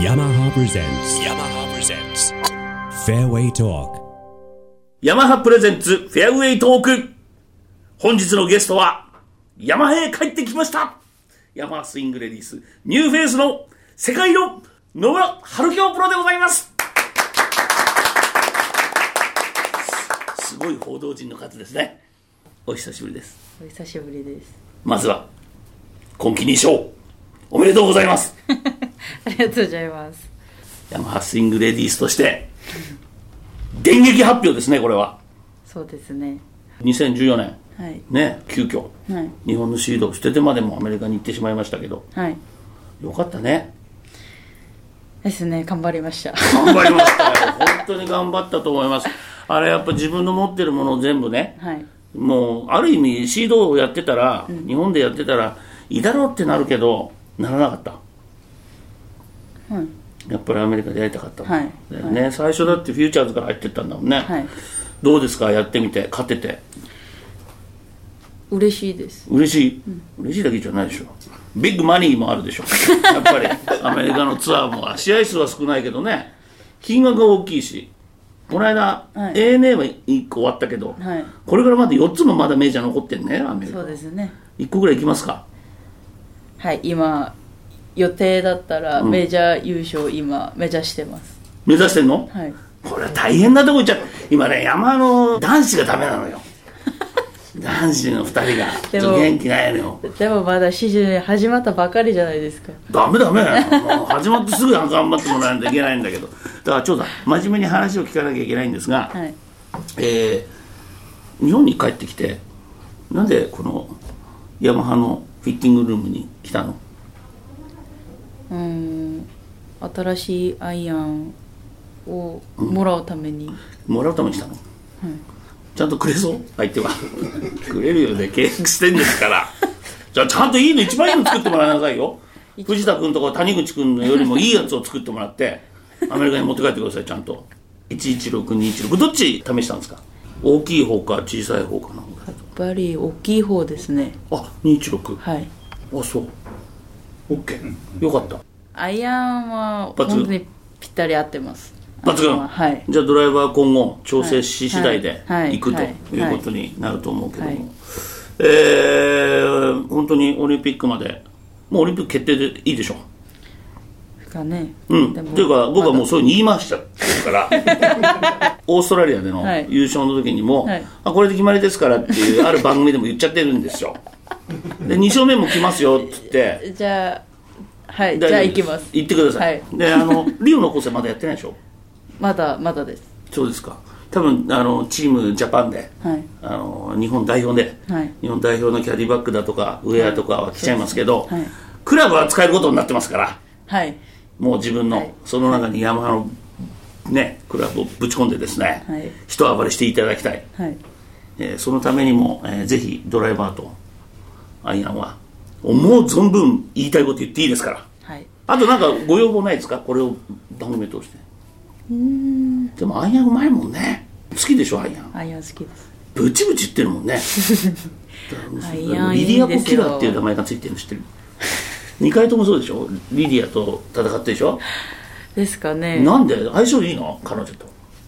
Yamaha presents Fairway Talk。 ヤマハプレゼンツフェアウェイトーク。本日のゲストはヤマハへ帰ってきました。ヤマハスイングレディースニューフェイスの世界の野村春京プロでございます。すごい報道陣の数ですね。お久しぶりです。 お久しぶりです。 まずは今季2勝おめでとうございますありがとうございます。 ヤマハスイングレディースとして電撃発表ですね。これはそうですね。 2014年、 はい、 ね、急遽、はい、日本のシードを捨ててまでもアメリカに行ってしまいましたけど、はい、よかったね。 ですね。頑張りました。 頑張りましたよ。本当に頑張ったと思います。あれやっぱ自分の持ってるものを全部ね、はい、もうある意味シードをやってたら、日本でやってたらいいだろうってなるけどならなかった、はい、やっぱりアメリカでやりたかった、はいだよねはい、最初だってフューチャーズから入ってったんだもんね、はい、どうですか、やってみて勝てて。 嬉しいです。 嬉しい、嬉しいだけじゃないでしょ。ビッグマニーもあるでしょやっぱりアメリカのツアーも試合数は少ないけどね、金額が大きいし、この間、はい、ANA は1個終わったけど、はい、これからまだ4つもまだメジャー残ってんね、アメリカ。 そうですね。 1個ぐらい行きますか。 はい、今予定だったらメジャー優勝、今目指してます。 目指してんの？はい。これは大変なとこ行っちゃう。今ね、山の男子がダメなのよ男子の2人がちょっと元気ないのよ。 でもまだシーズン始まったばかりじゃないですか。 ダメもう始まってすぐ頑張ってもらわないといけないんだけど、だからちょっと真面目に話を聞かなきゃいけないんですが、はい、日本に帰ってきてなんでこのヤマハのフィッティングルームに来たの？ 新しいアイアンをもらうために、 もらうためにしたの？ちゃんとくれそう？相手はくれるよね、契約してんですからじゃあちゃんといいの、一番いいの作ってもらいなさいよ藤田君とか谷口君のよりもいいやつを作ってもらってアメリカに持って帰ってください。ちゃんと116、216どっち試したんですか？大きい方か小さい方かな。 やっぱり大きい方ですね。 あ、216。 はい。 あ、そう OK、よかった。 アイアンは本当にぴったり合ってます。 抜群、はい、じゃあドライバー今後調整し次第で行くということになると思うけども、本当にオリンピックまでもうオリンピック決定でいいでしょうかね。っていうか僕はもうそういうふうに言い回しちゃってるからオーストラリアでの優勝の時にも、これで決まりですからっていうある番組でも言っちゃってるんですよで2勝目も来ますよって言ってじゃあはい、じゃあ行きます。 行ってください、はい、でリオの構成まだやってないでしょ？まだです。そうですか。多分チームジャパンで、はい、日本代表で、はい、日本代表のキャディバッグだとかウェアとかは来ちゃいますけど、はい、クラブは使えることになってますから、はい、もう自分の、はい、その中にヤマハの、ね、クラブをぶち込んでですね、はい、一暴れしていただきたい、はいそのためにも、ぜひドライバーとアイアンは思う存分言いたいこと言っていいですから、はい、あとなんかご要望ないですか？これを番組通して。でもアイアンうまいもんね。好きでしょ？アイアン。 アイアン好きです。 ブチブチ言ってるもんねアイアンいいですよ。 リディアコキラーっていう名前がついてるの知ってる2回ともそうでしょ？リディアと戦ってでしょ？ ですかね。 なんで相性いいの？彼女と。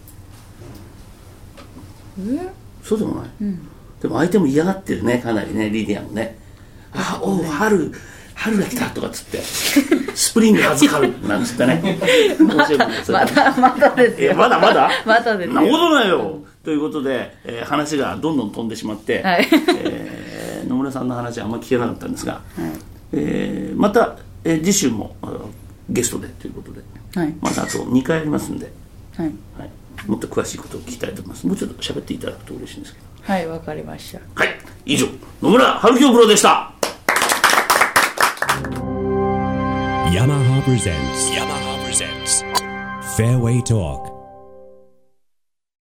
そうでもない、でも相手も嫌がってるね、かなりね、リディアもね。あ、おう、春が来たとかっつってスプリングはずかるなんつってねまだですよ。 まだですよ。 なことないよ、ということで、話がどんどん飛んでしまって、はい、野村さんの話はあんまり聞けなかったんですが、はいまた、次週もゲストでということで、はい、またあと2回ありますんで、はいはい、もっと詳しいことを聞きたいと思います。もうちょっと喋っていただくと嬉しいんですけど。 はい、わかりました。 はい、以上野村春京プロでした。 Yamaha presents Fairway Talk.